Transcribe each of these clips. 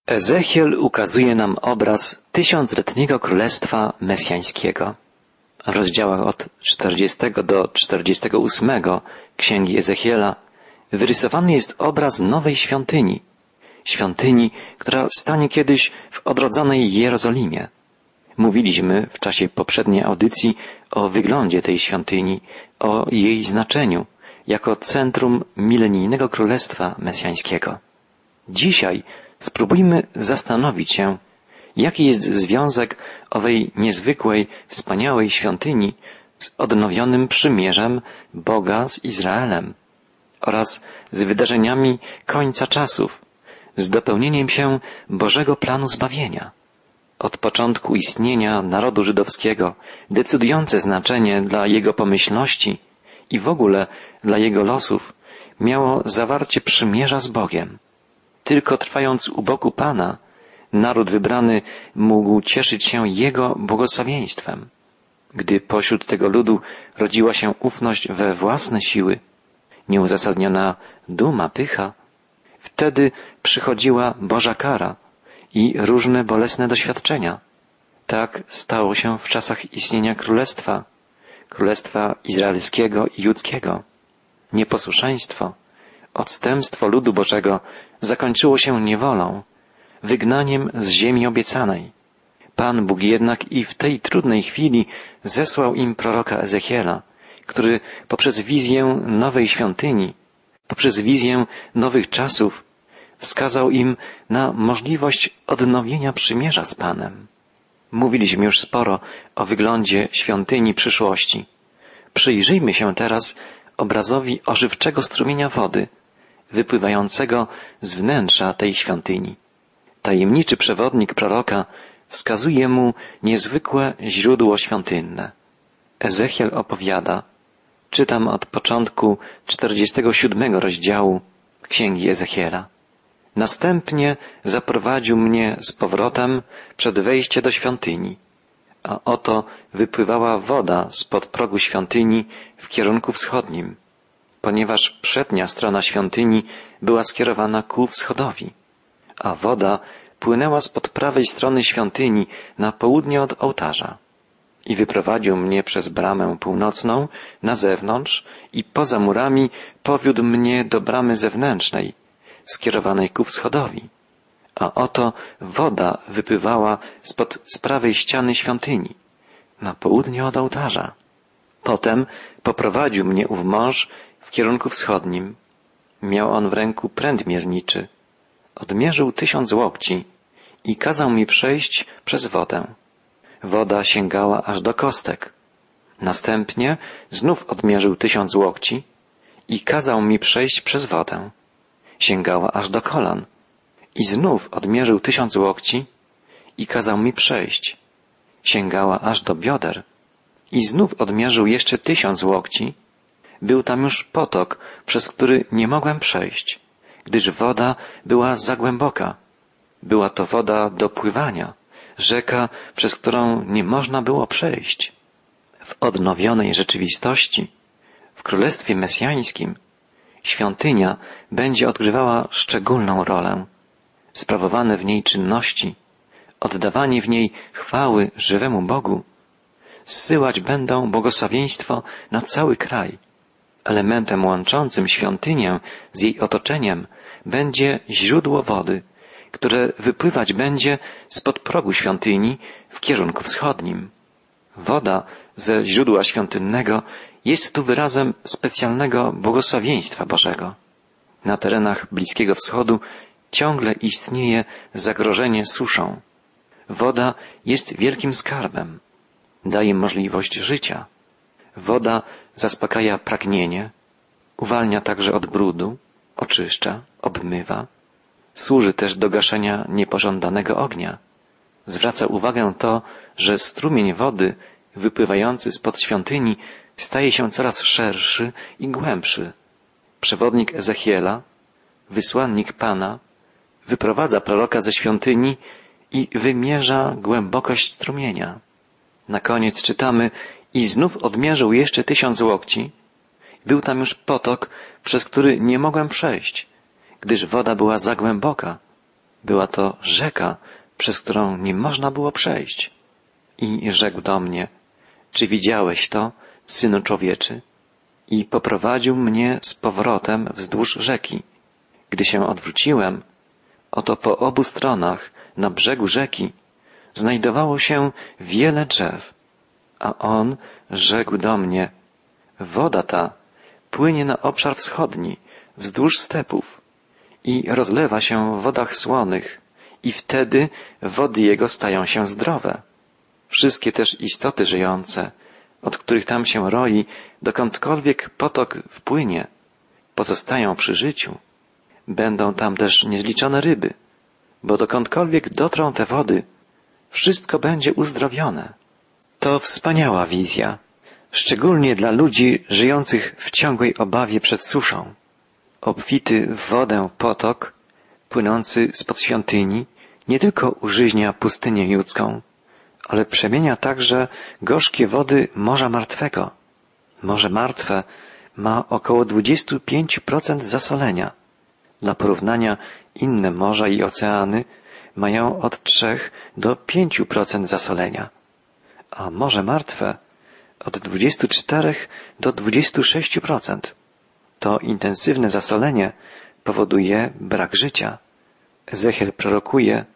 Ezechiel ukazuje nam obraz tysiącletniego królestwa mesjańskiego. W rozdziałach od 40 do 48 Księgi Ezechiela wyrysowany jest obraz nowej świątyni. Świątyni, która stanie kiedyś w odrodzonej Jerozolimie. Mówiliśmy w czasie poprzedniej audycji o wyglądzie tej świątyni, o jej znaczeniu jako centrum milenijnego królestwa mesjańskiego. Dzisiaj spróbujmy zastanowić się, jaki jest związek owej niezwykłej, wspaniałej świątyni z odnowionym przymierzem Boga z Izraelem oraz z wydarzeniami końca czasów, z dopełnieniem się Bożego planu zbawienia. Od początku istnienia narodu żydowskiego decydujące znaczenie dla jego pomyślności i w ogóle dla jego losów miało zawarcie przymierza z Bogiem. Tylko trwając u boku Pana, naród wybrany mógł cieszyć się Jego błogosławieństwem. Gdy pośród tego ludu rodziła się ufność we własne siły, nieuzasadniona duma, pycha, wtedy przychodziła Boża kara i różne bolesne doświadczenia. Tak stało się w czasach istnienia królestwa izraelskiego i judzkiego. Nieposłuszeństwo, odstępstwo ludu Bożego zakończyło się niewolą, wygnaniem z ziemi obiecanej. Pan Bóg jednak i w tej trudnej chwili zesłał im proroka Ezechiela, który poprzez wizję nowej świątyni, poprzez wizję nowych czasów wskazał im na możliwość odnowienia przymierza z Panem. Mówiliśmy już sporo o wyglądzie świątyni przyszłości. Przyjrzyjmy się teraz obrazowi ożywczego strumienia wody, wypływającego z wnętrza tej świątyni. Tajemniczy przewodnik proroka wskazuje mu niezwykłe źródło świątynne. Ezechiel opowiada, czytam od początku 47 rozdziału Księgi Ezechiela. Następnie zaprowadził mnie z powrotem przed wejście do świątyni, a oto wypływała woda spod progu świątyni w kierunku wschodnim, ponieważ przednia strona świątyni była skierowana ku wschodowi, a woda płynęła spod prawej strony świątyni na południe od ołtarza. I wyprowadził mnie przez bramę północną na zewnątrz i poza murami powiódł mnie do bramy zewnętrznej, skierowanej ku wschodowi. A oto woda wypływała z prawej ściany świątyni, na południe od ołtarza. Potem poprowadził mnie ów mąż w kierunku wschodnim. Miał on w ręku pręt mierniczy. Odmierzył 1000 łokci i kazał mi przejść przez wodę. Woda sięgała aż do kostek. Następnie znów odmierzył 1000 łokci i kazał mi przejść przez wodę. Sięgała aż do kolan. I znów odmierzył 1000 łokci i kazał mi przejść. Sięgała aż do bioder. I znów odmierzył jeszcze 1000 łokci. Był tam już potok, przez który nie mogłem przejść, gdyż woda była za głęboka. Była to woda do pływania, rzeka, przez którą nie można było przejść. W odnowionej rzeczywistości, w Królestwie Mesjańskim, świątynia będzie odgrywała szczególną rolę. Sprawowane w niej czynności, oddawanie w niej chwały żywemu Bogu, zsyłać będą błogosławieństwo na cały kraj. Elementem łączącym świątynię z jej otoczeniem będzie źródło wody, które wypływać będzie spod progu świątyni w kierunku wschodnim. Woda ze źródła świątynnego jest tu wyrazem specjalnego błogosławieństwa Bożego. Na terenach Bliskiego Wschodu ciągle istnieje zagrożenie suszą. Woda jest wielkim skarbem. Daje możliwość życia. Woda zaspokaja pragnienie, uwalnia także od brudu, oczyszcza, obmywa. Służy też do gaszenia niepożądanego ognia. Zwraca uwagę to, że strumień wody wypływający spod świątyni staje się coraz szerszy i głębszy. Przewodnik Ezechiela, wysłannik Pana, wyprowadza proroka ze świątyni i wymierza głębokość strumienia. Na koniec czytamy: i znów odmierzył jeszcze 1000 łokci. Był tam już potok, przez który nie mogłem przejść, gdyż woda była za głęboka. Była to rzeka, przez którą nie można było przejść. I rzekł do mnie: czy widziałeś to, synu człowieczy? I poprowadził mnie z powrotem wzdłuż rzeki. Gdy się odwróciłem, oto po obu stronach, na brzegu rzeki, znajdowało się wiele drzew. A on rzekł do mnie: woda ta płynie na obszar wschodni, wzdłuż stepów i rozlewa się w wodach słonych i wtedy wody jego stają się zdrowe. Wszystkie też istoty żyjące, od których tam się roi, dokądkolwiek potok wpłynie, pozostają przy życiu. Będą tam też niezliczone ryby, bo dokądkolwiek dotrą te wody, wszystko będzie uzdrowione. To wspaniała wizja, szczególnie dla ludzi żyjących w ciągłej obawie przed suszą. Obfity w wodę potok, płynący spod świątyni, nie tylko użyźnia pustynię ludzką, ale przemienia także gorzkie wody Morza Martwego. Morze Martwe ma około 25% zasolenia. Dla porównania inne morza i oceany mają od 3 do 5% zasolenia, a Morze Martwe od 24 do 26%. To intensywne zasolenie powoduje brak życia. Ezechiel prorokuje,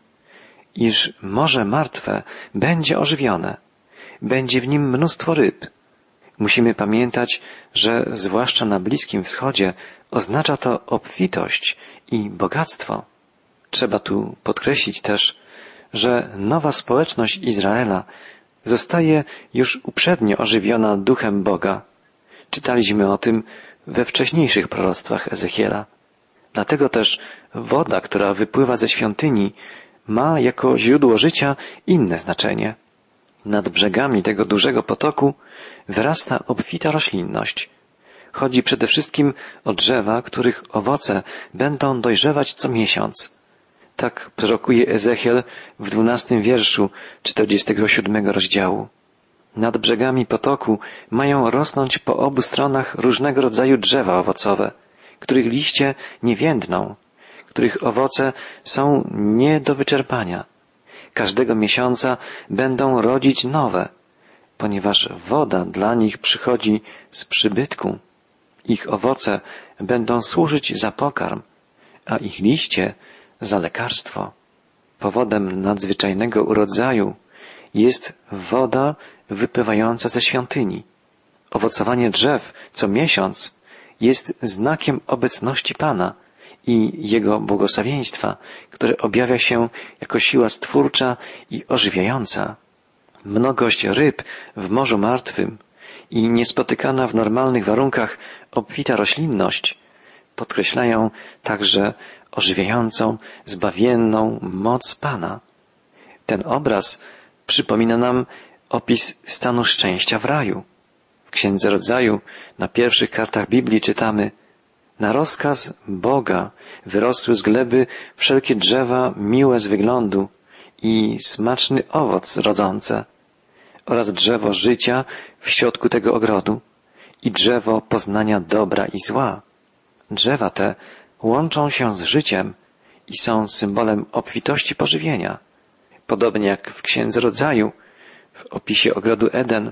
iż Morze Martwe będzie ożywione, będzie w nim mnóstwo ryb. Musimy pamiętać, że zwłaszcza na Bliskim Wschodzie oznacza to obfitość i bogactwo. Trzeba tu podkreślić też, że nowa społeczność Izraela zostaje już uprzednio ożywiona duchem Boga. Czytaliśmy o tym we wcześniejszych proroctwach Ezechiela. Dlatego też woda, która wypływa ze świątyni, ma jako źródło życia inne znaczenie. Nad brzegami tego dużego potoku wyrasta obfita roślinność. Chodzi przede wszystkim o drzewa, których owoce będą dojrzewać co miesiąc. Tak prorokuje Ezechiel w 12 wierszu 47 rozdziału. Nad brzegami potoku mają rosnąć po obu stronach różnego rodzaju drzewa owocowe, których liście nie więdną, których owoce są nie do wyczerpania. Każdego miesiąca będą rodzić nowe, ponieważ woda dla nich przychodzi z przybytku. Ich owoce będą służyć za pokarm, a ich liście za lekarstwo. Powodem nadzwyczajnego urodzaju jest woda wypływająca ze świątyni. Owocowanie drzew co miesiąc jest znakiem obecności Pana i Jego błogosławieństwa, które objawia się jako siła stwórcza i ożywiająca. Mnogość ryb w Morzu Martwym i niespotykana w normalnych warunkach obfita roślinność podkreślają także ożywiającą, zbawienną moc Pana. Ten obraz przypomina nam opis stanu szczęścia w raju. W Księdze Rodzaju na pierwszych kartach Biblii czytamy: na rozkaz Boga wyrosły z gleby wszelkie drzewa miłe z wyglądu i smaczny owoc rodzące, oraz drzewo życia w środku tego ogrodu i drzewo poznania dobra i zła. Drzewa te łączą się z życiem i są symbolem obfitości pożywienia. Podobnie jak w Księdze Rodzaju, w opisie ogrodu Eden,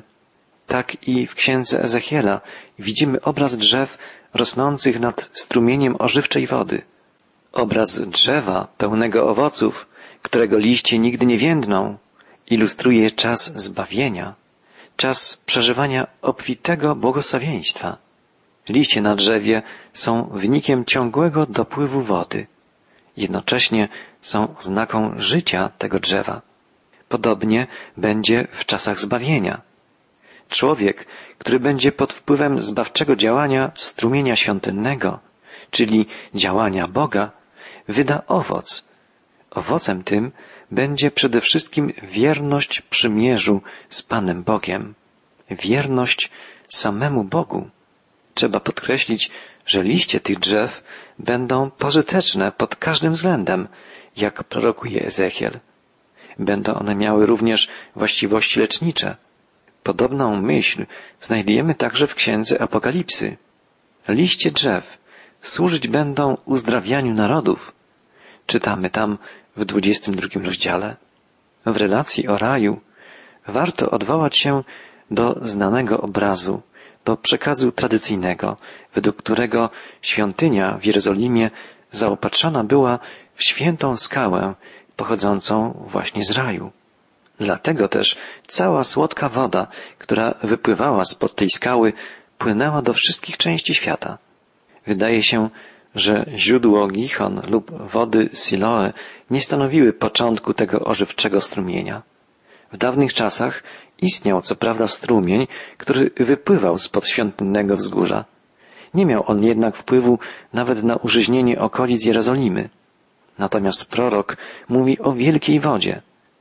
tak i w Księdze Ezechiela widzimy obraz drzew rosnących nad strumieniem ożywczej wody. Obraz drzewa pełnego owoców, którego liście nigdy nie więdną, ilustruje czas zbawienia, czas przeżywania obfitego błogosławieństwa. Liście na drzewie są wynikiem ciągłego dopływu wody. Jednocześnie są oznaką życia tego drzewa. Podobnie będzie w czasach zbawienia. Człowiek, który będzie pod wpływem zbawczego działania strumienia świątynnego, czyli działania Boga, wyda owoc. Owocem tym będzie przede wszystkim wierność przymierzu z Panem Bogiem, wierność samemu Bogu. Trzeba podkreślić, że liście tych drzew będą pożyteczne pod każdym względem, jak prorokuje Ezechiel. Będą one miały również właściwości lecznicze. Podobną myśl znajdujemy także w Księdze Apokalipsy. Liście drzew służyć będą uzdrawianiu narodów. czytamy tam w 22 rozdziale. W relacji o raju warto odwołać się do znanego obrazu, do przekazu tradycyjnego, według którego świątynia w Jerozolimie zaopatrzona była w świętą skałę pochodzącą właśnie z raju. Dlatego też cała słodka woda, która wypływała spod tej skały, płynęła do wszystkich części świata. Wydaje się, że źródło Gichon lub wody Siloe nie stanowiły początku tego ożywczego strumienia. W dawnych czasach istniał co prawda strumień, który wypływał spod świątynnego wzgórza. Nie miał on jednak wpływu nawet na użyźnienie okolic Jerozolimy. Natomiast prorok mówi o wielkiej wodzie.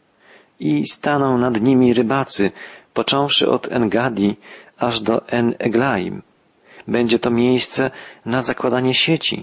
I staną nad nimi rybacy, począwszy od En-Gadi aż do En-Eglaim. Będzie to miejsce na zakładanie sieci.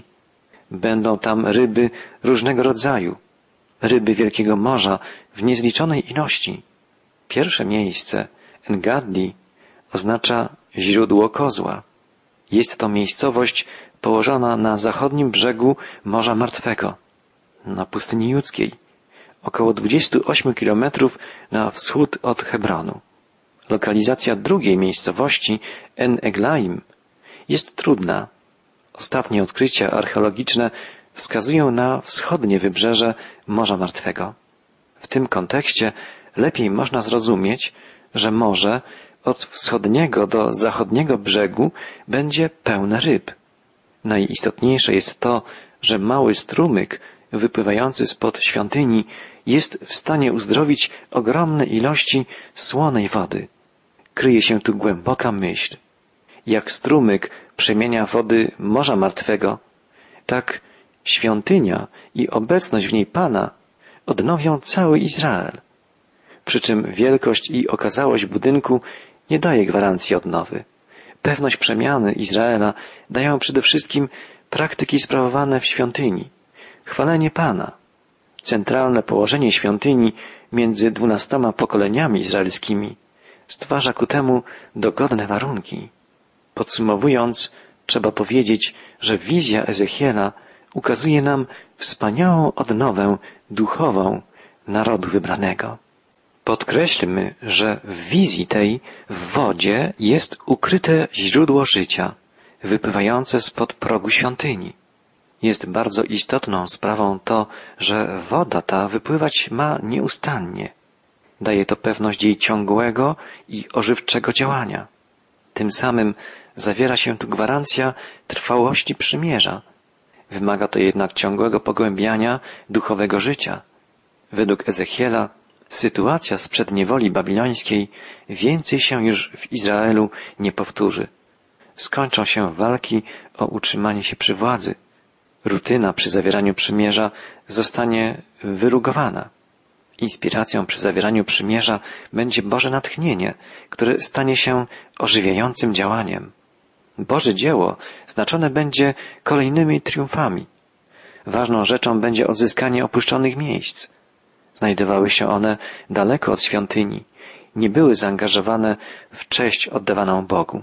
Będą tam ryby różnego rodzaju, ryby Wielkiego Morza w niezliczonej ilości. Pierwsze miejsce, En-Gadi, oznacza źródło kozła. Jest to miejscowość położona na zachodnim brzegu Morza Martwego, na pustyni judzkiej, około 28 kilometrów na wschód od Hebronu. Lokalizacja drugiej miejscowości, En-Eglaim, jest trudna. Ostatnie odkrycia archeologiczne wskazują na wschodnie wybrzeże Morza Martwego. W tym kontekście lepiej można zrozumieć, że morze od wschodniego do zachodniego brzegu będzie pełne ryb. Najistotniejsze jest to, że mały strumyk wypływający spod świątyni jest w stanie uzdrowić ogromne ilości słonej wody. Kryje się tu głęboka myśl. Jak strumyk przemienia wody Morza Martwego, tak świątynia i obecność w niej Pana odnowią cały Izrael. Przy czym wielkość i okazałość budynku nie daje gwarancji odnowy. Pewność przemiany Izraela dają przede wszystkim praktyki sprawowane w świątyni, chwalenie Pana. Centralne położenie świątyni między 12 pokoleniami izraelskimi stwarza ku temu dogodne warunki. Podsumowując, trzeba powiedzieć, że wizja Ezechiela ukazuje nam wspaniałą odnowę duchową narodu wybranego. Podkreślmy, że w wizji tej w wodzie jest ukryte źródło życia, wypływające spod progu świątyni. Jest bardzo istotną sprawą to, że woda ta wypływać ma nieustannie. Daje to pewność jej ciągłego i ożywczego działania. Tym samym zawiera się tu gwarancja trwałości przymierza. Wymaga to jednak ciągłego pogłębiania duchowego życia. Według Ezechiela sytuacja sprzed niewoli babilońskiej więcej się już w Izraelu nie powtórzy. Skończą się walki o utrzymanie się przy władzy. Rutyna przy zawieraniu przymierza zostanie wyrugowana. Inspiracją przy zawieraniu przymierza będzie Boże natchnienie, które stanie się ożywiającym działaniem. Boże dzieło znaczone będzie kolejnymi triumfami. Ważną rzeczą będzie odzyskanie opuszczonych miejsc. Znajdowały się one daleko od świątyni, nie były zaangażowane w cześć oddawaną Bogu.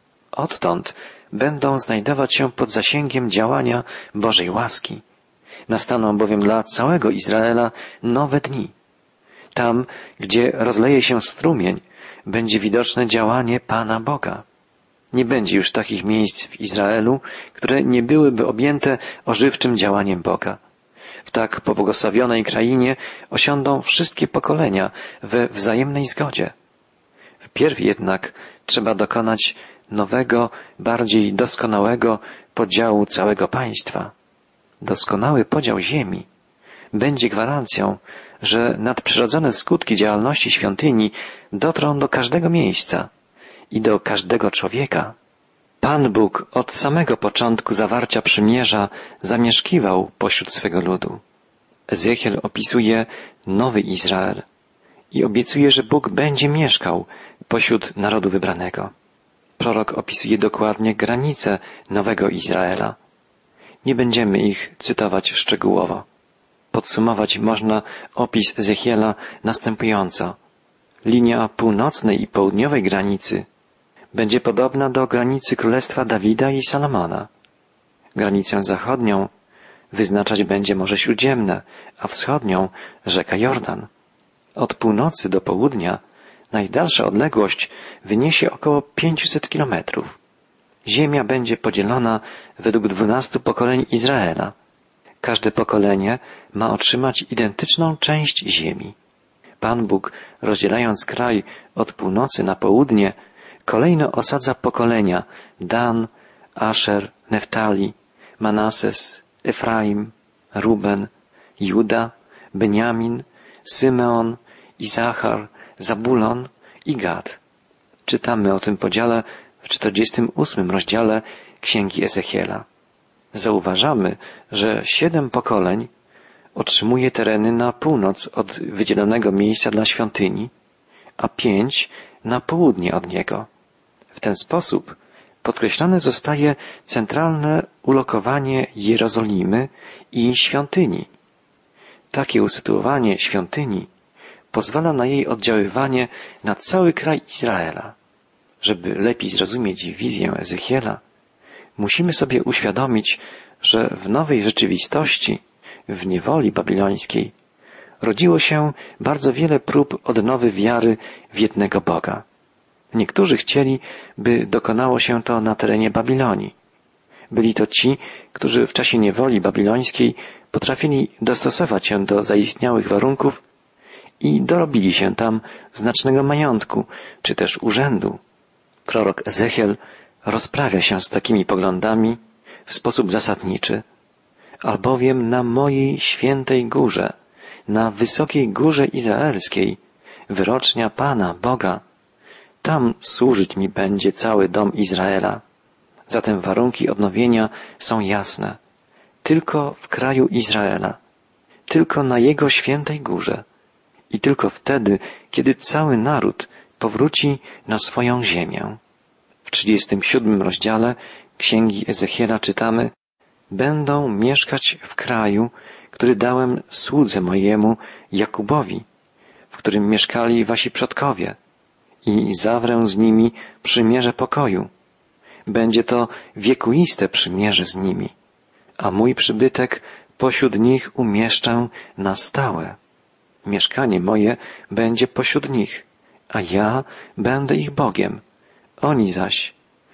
Odtąd będą znajdować się pod zasięgiem działania Bożej łaski. Nastaną bowiem dla całego Izraela nowe dni. Tam, gdzie rozleje się strumień, będzie widoczne działanie Pana Boga. Nie będzie już takich miejsc w Izraelu, które nie byłyby objęte ożywczym działaniem Boga. W tak pobłogosławionej krainie osiądą wszystkie pokolenia we wzajemnej zgodzie. Wpierw jednak trzeba dokonać nowego, bardziej doskonałego podziału całego państwa. Doskonały podział ziemi będzie gwarancją, że nadprzyrodzone skutki działalności świątyni dotrą do każdego miejsca i do każdego człowieka. Pan Bóg od samego początku zawarcia przymierza zamieszkiwał pośród swego ludu. Ezechiel opisuje nowy Izrael i obiecuje, że Bóg będzie mieszkał pośród narodu wybranego. Prorok opisuje dokładnie granice nowego Izraela. Nie będziemy ich cytować szczegółowo. Podsumować można opis Ezechiela następująco. Linia północnej i południowej granicy będzie podobna do granicy królestwa Dawida i Salomona. Granicę zachodnią wyznaczać będzie Morze Śródziemne, a wschodnią rzeka Jordan. Od północy do południa najdalsza odległość wyniesie około 500 kilometrów. Ziemia będzie podzielona według 12 pokoleń Izraela. Każde pokolenie ma otrzymać identyczną część ziemi. Pan Bóg, rozdzielając kraj od północy na południe, kolejno osadza pokolenia Dan, Asher, Neftali, Manases, Efraim, Ruben, Juda, Beniamin, Symeon, Izachar, Zabulon i Gad. Czytamy o tym podziale w 48 rozdziale Księgi Ezechiela. Zauważamy, że 7 pokoleń otrzymuje tereny na północ od wydzielonego miejsca dla świątyni, a 5 na południe od niego. W ten sposób podkreślone zostaje centralne ulokowanie Jerozolimy i świątyni. Takie usytuowanie świątyni pozwala na jej oddziaływanie na cały kraj Izraela. Żeby lepiej zrozumieć wizję Ezechiela, musimy sobie uświadomić, że w nowej rzeczywistości, w niewoli babilońskiej, rodziło się bardzo wiele prób odnowy wiary w jednego Boga. Niektórzy chcieli, by dokonało się to na terenie Babilonii. Byli to ci, którzy w czasie niewoli babilońskiej potrafili dostosować się do zaistniałych warunków i dorobili się tam znacznego majątku, czy też urzędu. Prorok Ezechiel rozprawia się z takimi poglądami w sposób zasadniczy, albowiem na mojej świętej górze, na wysokiej górze izraelskiej, wyrocznia Pana, Boga, tam służyć mi będzie cały dom Izraela. Zatem warunki odnowienia są jasne. Tylko w kraju Izraela, tylko na jego świętej górze i tylko wtedy, kiedy cały naród powróci na swoją ziemię. W 37 rozdziale Księgi Ezechiela czytamy: będą mieszkać w kraju, który dałem słudze mojemu Jakubowi, w którym mieszkali wasi przodkowie, i zawrę z nimi przymierze pokoju. Będzie to wiekuiste przymierze z nimi, a mój przybytek pośród nich umieszczę na stałe. Mieszkanie moje będzie pośród nich, a ja będę ich Bogiem, oni zaś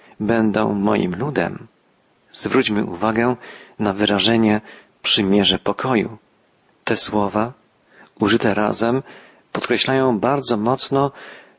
będą moim ludem. Zwróćmy uwagę na wyrażenie przymierze pokoju. Te słowa, użyte razem, podkreślają bardzo mocno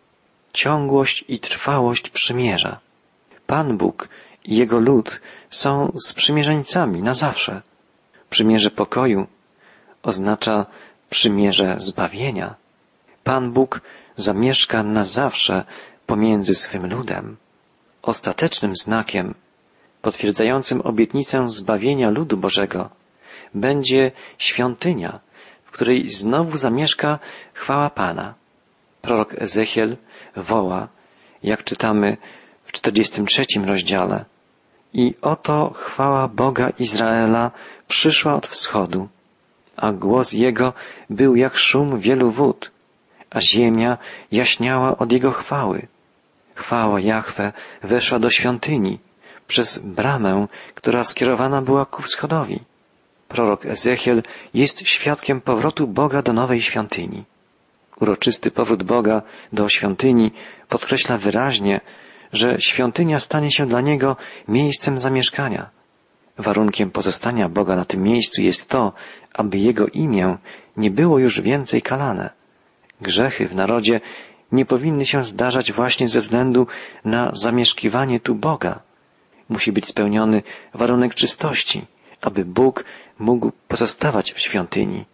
ciągłość i trwałość przymierza. Pan Bóg i Jego lud są sprzymierzeńcami na zawsze. Przymierze pokoju oznacza przymierze zbawienia. Pan Bóg zamieszka na zawsze pomiędzy swym ludem. Ostatecznym znakiem potwierdzającym obietnicę zbawienia ludu Bożego będzie świątynia, w której znowu zamieszka chwała Pana. Prorok Ezechiel woła, jak czytamy w 43 rozdziale: i oto chwała Boga Izraela przyszła od wschodu, a głos Jego był jak szum wielu wód, a ziemia jaśniała od Jego chwały. Chwała Jahwe weszła do świątyni przez bramę, która skierowana była ku wschodowi. Prorok Ezechiel jest świadkiem powrotu Boga do nowej świątyni. Uroczysty powrót Boga do świątyni podkreśla wyraźnie, że świątynia stanie się dla Niego miejscem zamieszkania. Warunkiem pozostania Boga na tym miejscu jest to, aby Jego imię nie było już więcej kalane. Grzechy w narodzie nie powinny się zdarzać właśnie ze względu na zamieszkiwanie tu Boga. Musi być spełniony warunek czystości, aby Bóg mógł pozostawać w świątyni.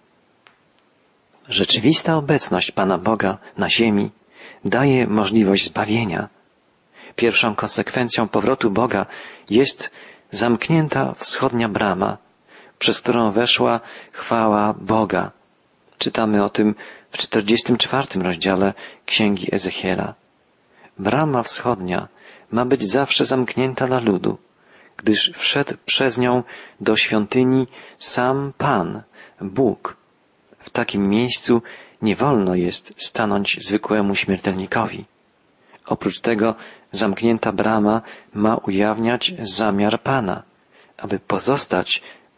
Rzeczywista obecność Pana Boga na ziemi daje możliwość zbawienia. Pierwszą konsekwencją powrotu Boga jest zamknięta wschodnia brama, przez którą weszła chwała Boga. Czytamy o tym w 44 rozdziale Księgi Ezechiela. Brama wschodnia ma być zawsze zamknięta dla ludu, gdyż wszedł przez nią do świątyni sam Pan, Bóg. W takim miejscu nie wolno jest stanąć zwykłemu śmiertelnikowi. Oprócz tego zamknięta brama ma ujawniać zamiar Pana, aby pozostać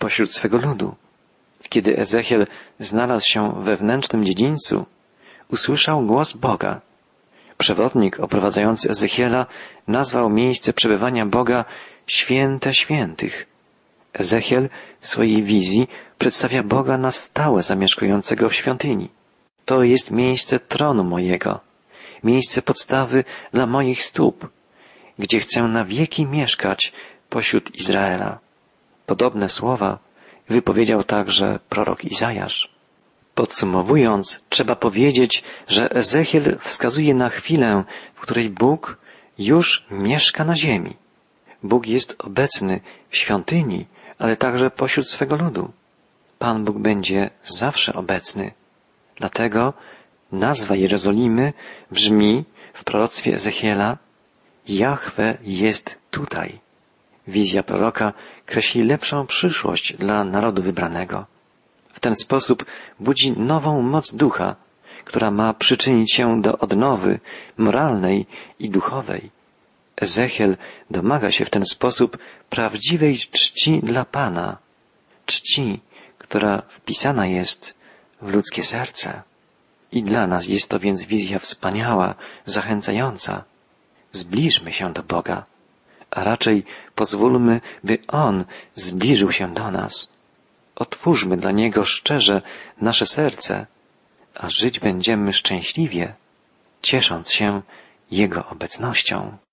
pośród swego ludu. Kiedy Ezechiel znalazł się we wewnętrznym dziedzińcu, usłyszał głos Boga. Przewodnik oprowadzający Ezechiela nazwał miejsce przebywania Boga Święte Świętych. Ezechiel w swojej wizji przedstawia Boga na stałe zamieszkującego w świątyni. To jest miejsce tronu mojego, miejsce podstawy dla moich stóp, gdzie chcę na wieki mieszkać pośród Izraela. Podobne słowa wypowiedział także prorok Izajasz. Podsumowując, trzeba powiedzieć, że Ezechiel wskazuje na chwilę, w której Bóg już mieszka na ziemi. Bóg jest obecny w świątyni, ale także pośród swego ludu. Pan Bóg będzie zawsze obecny. Dlatego nazwa Jerozolimy brzmi w proroctwie Ezechiela: Jahwe jest tutaj. Wizja proroka kreśli lepszą przyszłość dla narodu wybranego. W ten sposób budzi nową moc ducha, która ma przyczynić się do odnowy moralnej i duchowej. Ezechiel domaga się w ten sposób prawdziwej czci dla Pana, czci, która wpisana jest w ludzkie serce. I dla nas jest to więc wizja wspaniała, zachęcająca. Zbliżmy się do Boga, a raczej pozwólmy, by On zbliżył się do nas. Otwórzmy dla Niego szczerze nasze serce, a żyć będziemy szczęśliwie, ciesząc się Jego obecnością.